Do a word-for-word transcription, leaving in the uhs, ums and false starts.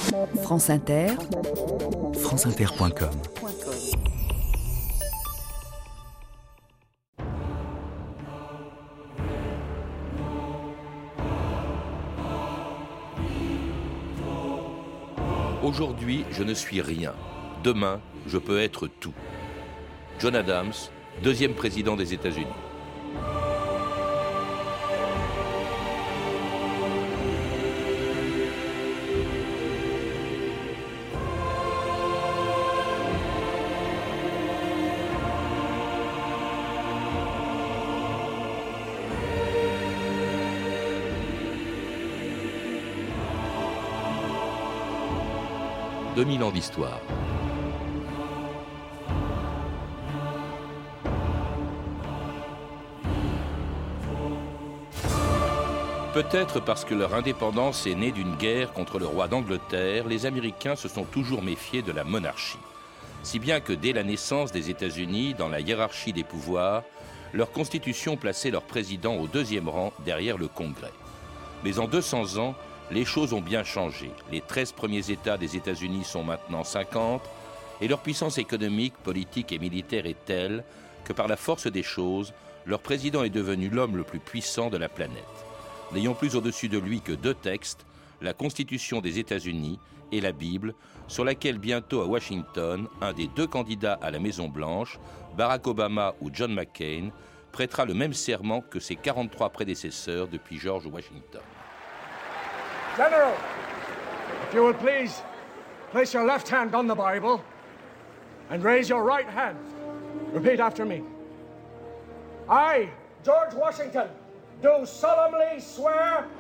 France Inter, franceinter point com. Aujourd'hui, je ne suis rien. Demain, je peux être tout. John Adams, deuxième président des États-Unis. deux mille ans d'histoire. Peut-être parce que leur indépendance est née d'une guerre contre le roi d'Angleterre, les Américains se sont toujours méfiés de la monarchie. Si bien que dès la naissance des États-Unis, dans la hiérarchie des pouvoirs, leur constitution plaçait leur président au deuxième rang derrière le Congrès. Mais en deux cents ans, les choses ont bien changé. Les treize premiers États des États-Unis sont maintenant cinquante et leur puissance économique, politique et militaire est telle que par la force des choses, leur président est devenu l'homme le plus puissant de la planète. N'ayant plus au-dessus de lui que deux textes, la Constitution des États-Unis et la Bible, sur laquelle bientôt à Washington, un des deux candidats à la Maison-Blanche, Barack Obama ou John McCain, prêtera le même serment que ses quarante-trois prédécesseurs depuis George Washington. General, if you will please place your left hand on the Bible and raise your right hand. Repeat after me. I, George Washington, do solemnly swear